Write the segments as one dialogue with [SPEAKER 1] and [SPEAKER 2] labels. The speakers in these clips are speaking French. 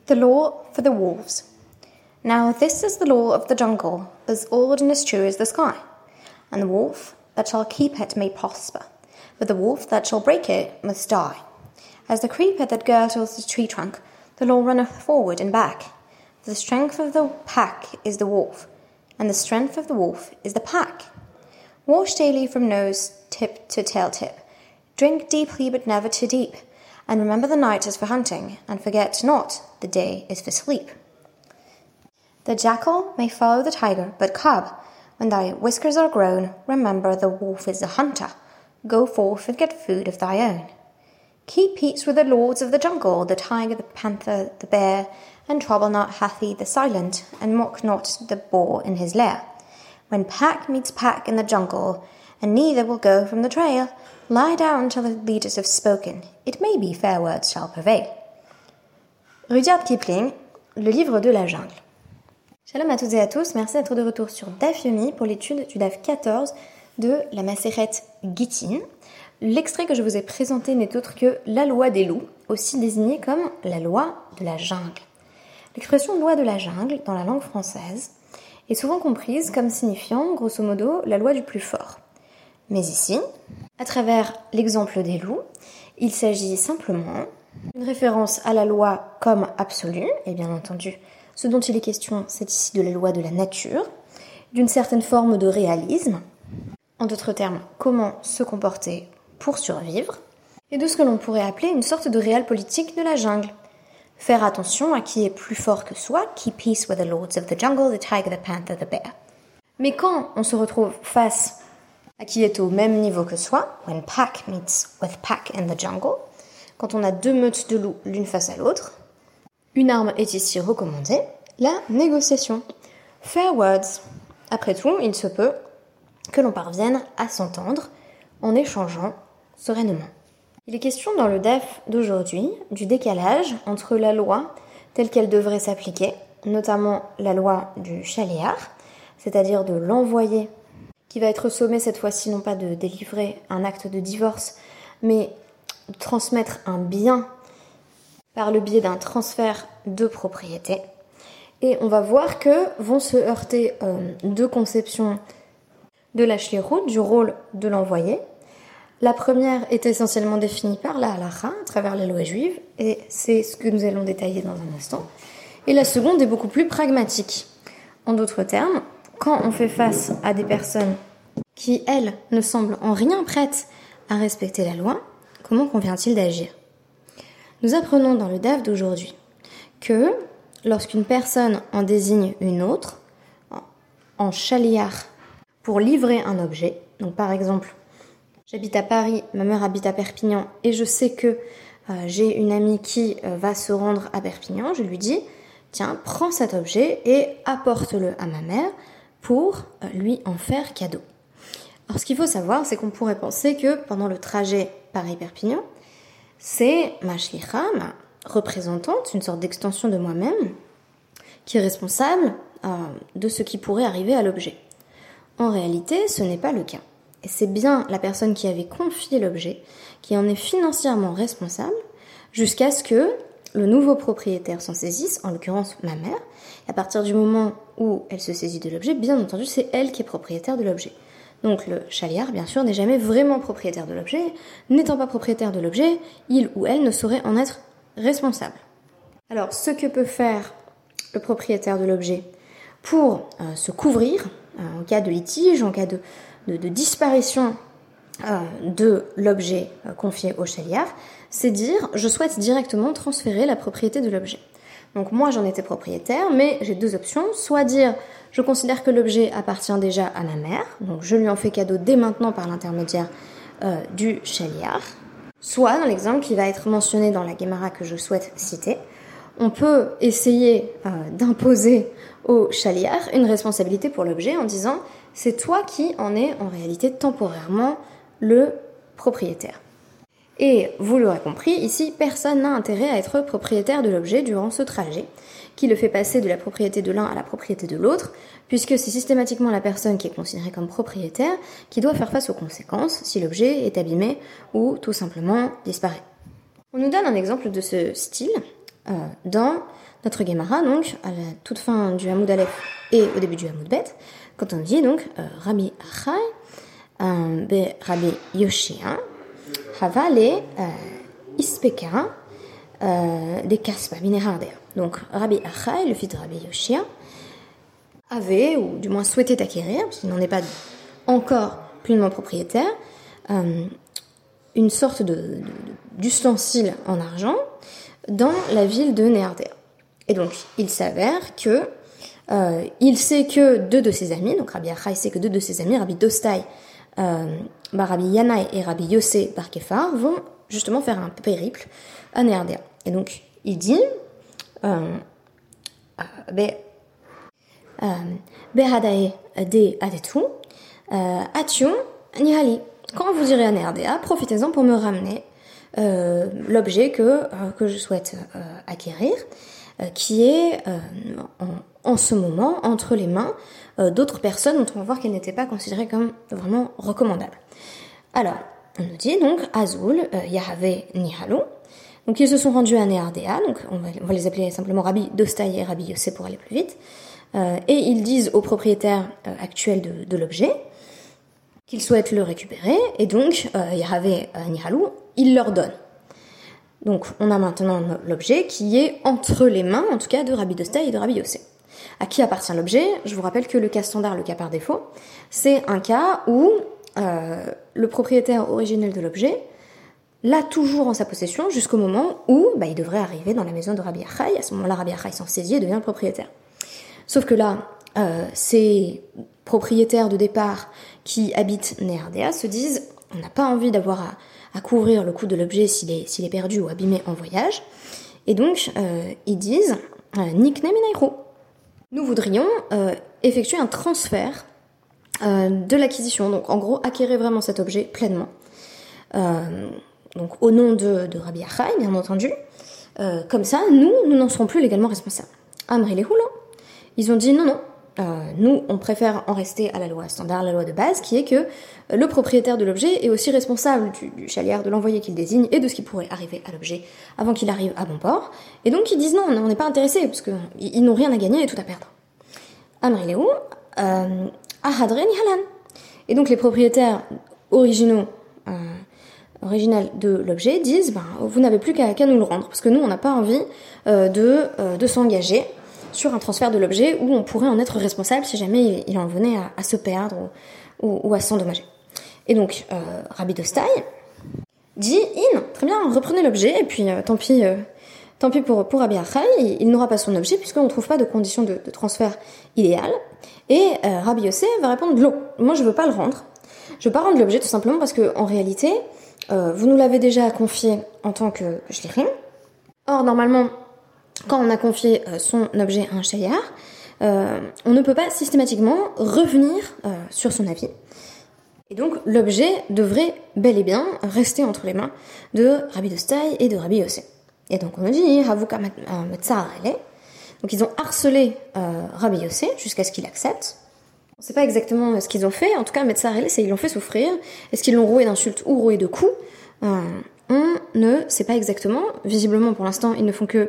[SPEAKER 1] The law for the wolves. Now this is the law of the jungle, as old and as true as the sky. And the wolf that shall keep it may prosper, but the wolf that shall break it must die. As the creeper that girdles the tree trunk, the law runneth forward and back. For the strength of the pack is the wolf, and the strength of the wolf is the pack. Wash daily from nose tip to tail tip. Drink deeply but never too deep. And remember the night is for hunting, and forget not the day is for sleep. The jackal may follow the tiger, but cub, when thy whiskers are grown, remember the wolf is the hunter. Go forth and get food of thy own. Keep peace with the lords of the jungle, the tiger, the panther, the bear, and trouble not Hathi the silent, and mock not the boar in his lair. When pack meets pack in the jungle, and neither will go from the trail, lie down till the leaders have spoken. It may be fair words shall prevail. Rudyard Kipling, le livre de la jungle. Shalom à toutes et à tous, merci d'être de retour sur Daf Yomi pour l'étude du Daf 14 de la Maseret Gittin. L'extrait que je vous ai présenté n'est autre que la loi des loups, aussi désignée comme la loi de la jungle. L'expression loi de la jungle, dans la langue française, est souvent comprise comme signifiant, grosso modo, la loi du plus fort. Mais ici, à travers l'exemple des loups, il s'agit simplement d'une référence à la loi comme absolue, et bien entendu, ce dont il est question, c'est ici de la loi de la nature, d'une certaine forme de réalisme, en d'autres termes, comment se comporter pour survivre, et de ce que l'on pourrait appeler une sorte de réel politique de la jungle. Faire attention à qui est plus fort que soi, keep peace with the lords of the jungle, the tiger, the panther, the bear. Mais quand on se retrouve face à qui est au même niveau que soi, when pack meets with pack in the jungle, quand on a deux meutes de loups l'une face à l'autre, une arme est ici recommandée, la négociation. Fair words. Après tout, il se peut que l'on parvienne à s'entendre en échangeant sereinement. Il est question dans le DAF d'aujourd'hui du décalage entre la loi telle qu'elle devrait s'appliquer, notamment la loi du shaliach, c'est-à-dire de l'envoyé, qui va être sommé cette fois-ci non pas de délivrer un acte de divorce, mais de transmettre un bien par le biais d'un transfert de propriété. Et on va voir que vont se heurter deux conceptions de la shlichut, du rôle de l'envoyé. La première est essentiellement définie par la halacha, à travers les lois juives, et c'est ce que nous allons détailler dans un instant. Et la seconde est beaucoup plus pragmatique. En d'autres termes, quand on fait face à des personnes qui, elles, ne semblent en rien prêtes à respecter la loi, comment convient-il d'agir ? Nous apprenons dans le DAF d'aujourd'hui que lorsqu'une personne en désigne une autre, en shaliach, pour livrer un objet, donc par exemple, j'habite à Paris, ma mère habite à Perpignan, et je sais que j'ai une amie qui va se rendre à Perpignan, je lui dis, tiens, prends cet objet et apporte-le à ma mère pour lui en faire cadeau. Alors ce qu'il faut savoir, c'est qu'on pourrait penser que pendant le trajet Paris-Perpignan, c'est ma shlicha, ma représentante, une sorte d'extension de moi-même, qui est responsable de ce qui pourrait arriver à l'objet. En réalité, ce n'est pas le cas. Et c'est bien la personne qui avait confié l'objet qui en est financièrement responsable jusqu'à ce que le nouveau propriétaire s'en saisisse, en l'occurrence ma mère. Et à partir du moment où elle se saisit de l'objet, bien entendu, c'est elle qui est propriétaire de l'objet. Donc le shaliach, bien sûr, n'est jamais vraiment propriétaire de l'objet. N'étant pas propriétaire de l'objet, il ou elle ne saurait en être responsable. Alors, ce que peut faire le propriétaire de l'objet pour se couvrir en cas de litige, en cas de disparition de l'objet confié au shaliach, c'est dire je souhaite directement transférer la propriété de l'objet. Donc moi j'en étais propriétaire, mais j'ai deux options, soit dire je considère que l'objet appartient déjà à ma mère, donc je lui en fais cadeau dès maintenant par l'intermédiaire du shaliach, soit dans l'exemple qui va être mentionné dans la Gemara que je souhaite citer, on peut essayer d'imposer au shaliach une responsabilité pour l'objet en disant c'est toi qui en es en réalité temporairement le propriétaire. Et vous l'aurez compris, ici personne n'a intérêt à être propriétaire de l'objet durant ce trajet, qui le fait passer de la propriété de l'un à la propriété de l'autre, puisque c'est systématiquement la personne qui est considérée comme propriétaire qui doit faire face aux conséquences si l'objet est abîmé ou tout simplement disparaît. On nous donne un exemple de ce style dans
[SPEAKER 2] notre Gemara, donc, à la toute fin du Hamoud Aleph et au début du Hamoud Bet, quand on dit donc Rabbi Achai, Rabbi Yoshia, Havale Ispeka des Kaspa Minehardea. Donc Rabbi Achai, le fils de Rabbi Yoshia, avait, ou du moins souhaitait acquérir, parce qu'il n'en est pas encore pleinement propriétaire, une sorte d'ustensile en argent dans la ville de Néardea. Et donc, il s'avère que il sait que deux de ses amis, donc Rabbi Achai sait que deux de ses amis, Rabbi Dostai, Rabbi Yanaï et Rabbi Yossé Bar Kefar, vont justement faire un périple à Néardea. Et donc, il dit Behadae de Adetu, Ation Nihali. Quand vous irez à Néardea, profitez-en pour me ramener l'objet que je souhaite acquérir, qui est en ce moment entre les mains d'autres personnes dont on va voir qu'elles n'étaient pas considérées comme vraiment recommandables. Alors, on nous dit donc Azul, Yahave, Nihalo. Donc ils se sont rendus à Néardea, donc on va les appeler simplement Rabbi Dostai et Rabbi Yossé pour aller plus vite, et ils disent au propriétaire actuel de l'objet qu'ils souhaitent le récupérer, et donc Yahave, Nihalou, il leur donne. Donc on a maintenant l'objet qui est entre les mains, en tout cas, de Rabbi Dostai et de Rabbi Yossé. À qui appartient l'objet? Je vous rappelle que le cas standard, le cas par défaut, c'est un cas où le propriétaire originel de l'objet l'a toujours en sa possession jusqu'au moment où il devrait arriver dans la maison de Rabbi Achai. À ce moment-là, Rabbi Achai s'en saisit et devient le propriétaire. Sauf que là, ces propriétaires de départ qui habitent Néardea se disent on n'a pas envie d'avoir à couvrir le coût de l'objet s'il est perdu ou abîmé en voyage. Et donc, ils disent Nikne Minayru. Nous voudrions effectuer un transfert de l'acquisition. Donc, en gros, acquérir vraiment cet objet pleinement. Donc, au nom de Rabbi Achai, bien entendu. Comme ça, nous n'en serons plus légalement responsables. Amri les Houlo. Ils ont dit non. Nous, on préfère en rester à la loi standard, la loi de base, qui est que le propriétaire de l'objet est aussi responsable du chaliard, de l'envoyé qu'il désigne et de ce qui pourrait arriver à l'objet avant qu'il arrive à bon port. Et donc ils disent non, on n'est pas intéressés, parce qu'ils n'ont rien à gagner et tout à perdre. Amri Léo, Ahadre Nihalan. Et donc les propriétaires originaux, original de l'objet disent vous n'avez plus qu'à nous le rendre, parce que nous, on n'a pas envie de s'engager sur un transfert de l'objet où on pourrait en être responsable si jamais il en venait à se perdre ou à s'endommager. Et donc, Rabbi Dostai dit très bien, reprenez l'objet, et puis tant pis pour Rabbi Achai, il n'aura pas son objet, puisqu'on ne trouve pas de conditions de transfert idéales. Et Rabbi Yossé va répondre l'eau. Moi, je veux pas le rendre. Je veux pas rendre l'objet, tout simplement parce que en réalité, vous nous l'avez déjà confié en tant que shlichim. Or, normalement, quand on a confié son objet à un shaliar, on ne peut pas systématiquement revenir sur son avis. Et donc, l'objet devrait bel et bien rester entre les mains de Rabbi Dostai et de Rabbi Yossé. Et donc, on nous dit, Havuka Metzar ele. Donc, ils ont harcelé Rabbi Yossé jusqu'à ce qu'il accepte. On ne sait pas exactement ce qu'ils ont fait. En tout cas, Metzar ele, c'est ils l'ont fait souffrir. Est-ce qu'ils l'ont roué d'insultes ou roué de coups? On ne sait pas exactement. Visiblement, pour l'instant, ils ne font que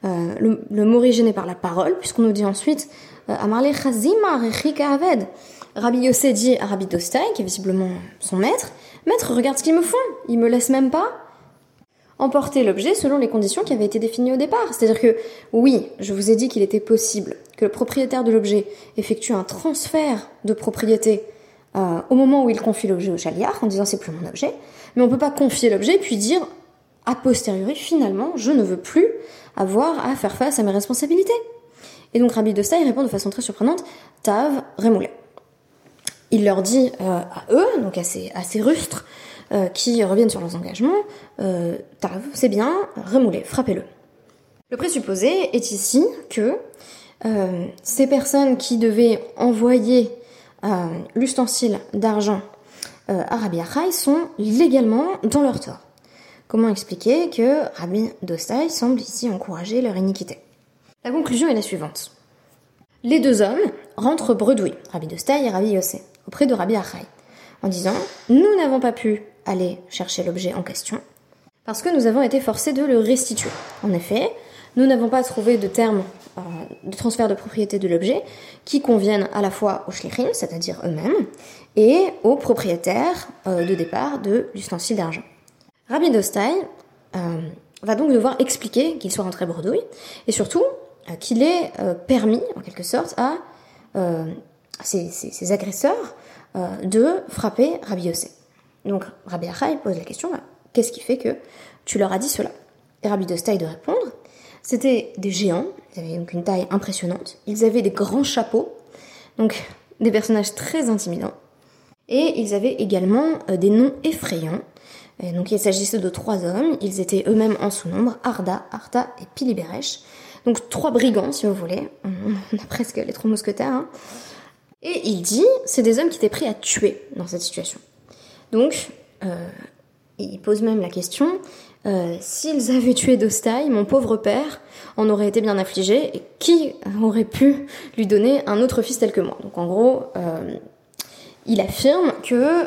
[SPEAKER 2] le m'originer par la parole, puisqu'on nous dit ensuite Amarle Chazima Rechika Aved. Rabbi Yossé dit à Rabbi Dostai, qui est visiblement son maître, regarde ce qu'ils me font, ils me laissent même pas emporter l'objet selon les conditions qui avaient été définies au départ. C'est-à-dire que, oui, je vous ai dit qu'il était possible que le propriétaire de l'objet effectue un transfert de propriété au moment où il confie l'objet au chaliar, en disant c'est plus mon objet, mais on peut pas confier l'objet puis dire a posteriori, finalement, je ne veux plus avoir à faire face à mes responsabilités. Et donc Rabbi Dostai répond de façon très surprenante, Tav Remoulé. Il leur dit à eux, donc à ces rustres qui reviennent sur leurs engagements, Tav, c'est bien, Remoulé, frappez-le. Le présupposé est ici que ces personnes qui devaient envoyer l'ustensile d'argent à Rabbi Achai sont légalement dans leur tort. Comment expliquer que Rabbi Dostai semble ici encourager leur iniquité? La conclusion est la suivante. Les deux hommes rentrent bredouilles, Rabbi Dostai et Rabbi Yossé, auprès de Rabbi Achai, en disant « Nous n'avons pas pu aller chercher l'objet en question, parce que nous avons été forcés de le restituer. En effet, nous n'avons pas trouvé de terme de transfert de propriété de l'objet qui conviennent à la fois aux shlichim, c'est-à-dire eux-mêmes, et aux propriétaires de départ de l'ustensile d'argent. Rabbi Dostai va donc devoir expliquer qu'il soit rentré bredouille, et surtout qu'il est permis, en quelque sorte, à ces agresseurs de frapper Rabbi Yossé. Donc Rabbi Achai pose la question, qu'est-ce qui fait que tu leur as dit cela? Et Rabbi Dostai de répondre, c'était des géants, ils avaient donc une taille impressionnante, ils avaient des grands chapeaux, donc des personnages très intimidants, et ils avaient également des noms effrayants. Et donc il s'agissait de 3 hommes, ils étaient eux-mêmes en sous-nombre, Arda, Arta et Piliberesh, donc 3 brigands si vous voulez, on a presque les 3 mousquetaires, hein. Et il dit, c'est des hommes qui étaient prêts à tuer dans cette situation. Donc, il pose même la question, s'ils avaient tué Dostai, mon pauvre père en aurait été bien affligé, et qui aurait pu lui donner un autre fils tel que moi? Donc en gros, il affirme que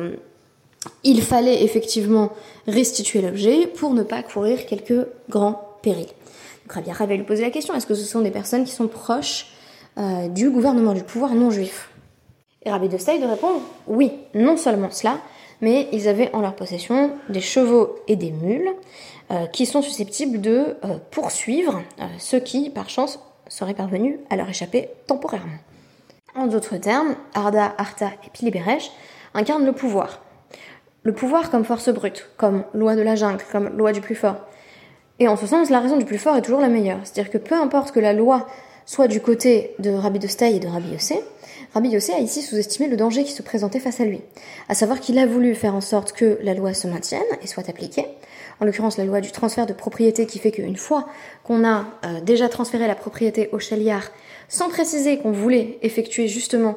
[SPEAKER 2] il fallait effectivement restituer l'objet pour ne pas courir quelques grands périls. Donc Rabbi Achai va lui poser la question, est-ce que ce sont des personnes qui sont proches du gouvernement, du pouvoir non juif? Et Rabbi Dostai de répondre, oui, non seulement cela, mais ils avaient en leur possession des chevaux et des mules qui sont susceptibles de poursuivre ceux qui, par chance, seraient parvenus à leur échapper temporairement. En d'autres termes, Arda, Arta et Piliberesh incarnent le pouvoir. Le pouvoir comme force brute, comme loi de la jungle, comme loi du plus fort. Et en ce sens, la raison du plus fort est toujours la meilleure. C'est-à-dire que peu importe que la loi soit du côté de Rabbi Dostai et de Rabbi Yossé a ici sous-estimé le danger qui se présentait face à lui. À savoir qu'il a voulu faire en sorte que la loi se maintienne et soit appliquée. En l'occurrence, la loi du transfert de propriété qui fait qu'une fois qu'on a déjà transféré la propriété au chaliar, sans préciser qu'on voulait effectuer justement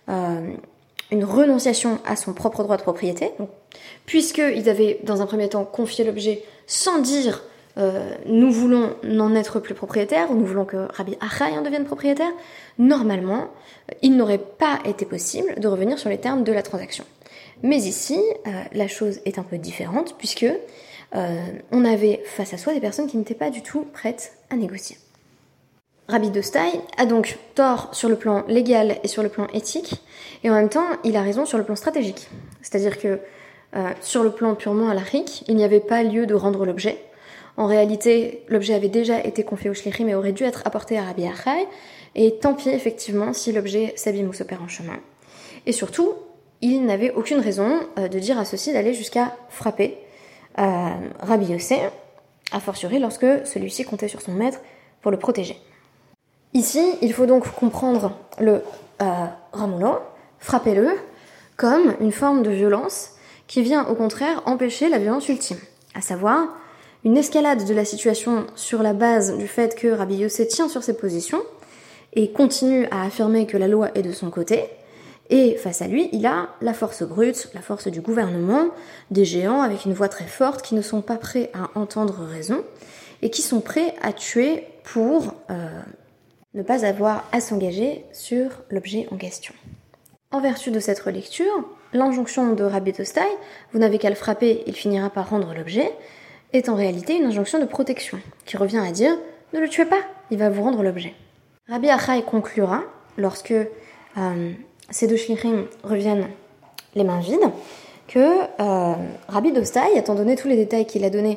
[SPEAKER 2] une renonciation à son propre droit de propriété, puisqu'ils avaient dans un premier temps confié l'objet sans dire nous voulons n'en être plus propriétaires, ou nous voulons que Rabbi Achai en devienne propriétaire, normalement, il n'aurait pas été possible de revenir sur les termes de la transaction. Mais ici, la chose est un peu différente, puisque on avait face à soi des personnes qui n'étaient pas du tout prêtes à négocier. Rabbi Dostai a donc tort sur le plan légal et sur le plan éthique, et en même temps, il a raison sur le plan stratégique. C'est-à-dire que sur le plan purement halachique, il n'y avait pas lieu de rendre l'objet. En réalité, l'objet avait déjà été confié au shlichim et aurait dû être apporté à Rabbi Achai, et tant pis effectivement si l'objet s'abîme ou se perd en chemin. Et surtout, il n'avait aucune raison de dire à ceux-ci d'aller jusqu'à frapper Rabbi Yossé, a fortiori lorsque celui-ci comptait sur son maître pour le protéger. Ici, il faut donc comprendre le ramulo, frappez-le, comme une forme de violence qui vient au contraire empêcher la violence ultime, à savoir une escalade de la situation sur la base du fait que Rabbi Yossé tient sur ses positions et continue à affirmer que la loi est de son côté, et face à lui, il a la force brute, la force du gouvernement, des géants avec une voix très forte qui ne sont pas prêts à entendre raison et qui sont prêts à tuer pour ne pas avoir à s'engager sur l'objet en question. En vertu de cette relecture, l'injonction de Rabbi Dostai, vous n'avez qu'à le frapper, il finira par rendre l'objet, est en réalité une injonction de protection, qui revient à dire ne le tuez pas, il va vous rendre l'objet. Rabbi Achai conclura, lorsque ces 2 shlichim reviennent les mains vides, que Rabbi Dostai, étant donné tous les détails qu'il a donnés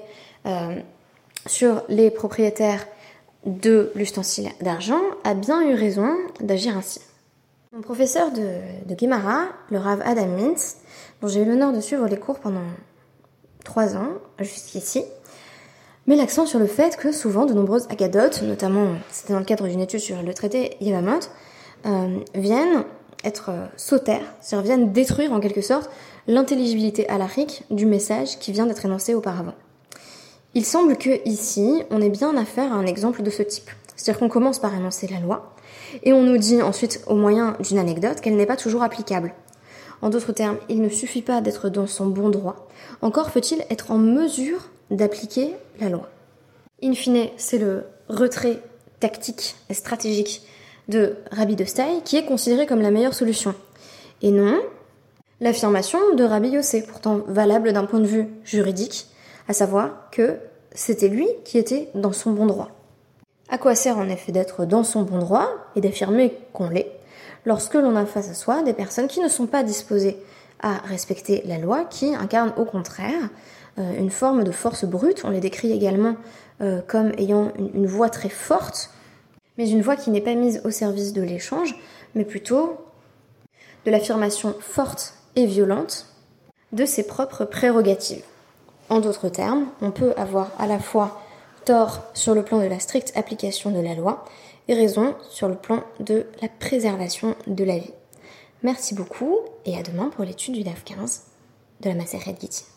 [SPEAKER 2] sur les propriétaires de l'ustensile d'argent, a bien eu raison d'agir ainsi. Mon professeur de Gemara, le Rav Adam Mintz, dont j'ai eu l'honneur de suivre les cours pendant 3 ans, jusqu'ici, met l'accent sur le fait que souvent de nombreuses agadotes, notamment c'était dans le cadre d'une étude sur le traité Yevamot, viennent être sautaires, c'est-à-dire viennent détruire en quelque sorte l'intelligibilité halachique du message qui vient d'être énoncé auparavant. Il semble que ici, on ait bien affaire à un exemple de ce type. C'est-à-dire qu'on commence par énoncer la loi, et on nous dit ensuite, au moyen d'une anecdote, qu'elle n'est pas toujours applicable. En d'autres termes, il ne suffit pas d'être dans son bon droit, encore faut-il être en mesure d'appliquer la loi. In fine, c'est le retrait tactique et stratégique de Rabbi Dostai qui est considéré comme la meilleure solution. Et non l'affirmation de Rabbi Yossé, pourtant valable d'un point de vue juridique, à savoir que c'était lui qui était dans son bon droit. À quoi sert en effet d'être dans son bon droit et d'affirmer qu'on l'est lorsque l'on a face à soi des personnes qui ne sont pas disposées à respecter la loi, qui incarnent au contraire une forme de force brute. On les décrit également comme ayant une voix très forte, mais une voix qui n'est pas mise au service de l'échange, mais plutôt de l'affirmation forte et violente de ses propres prérogatives. En d'autres termes, on peut avoir à la fois tort sur le plan de la stricte application de la loi et raison sur le plan de la préservation de la vie. Merci beaucoup et à demain pour l'étude du DAF 15 de la Masechet Gittin.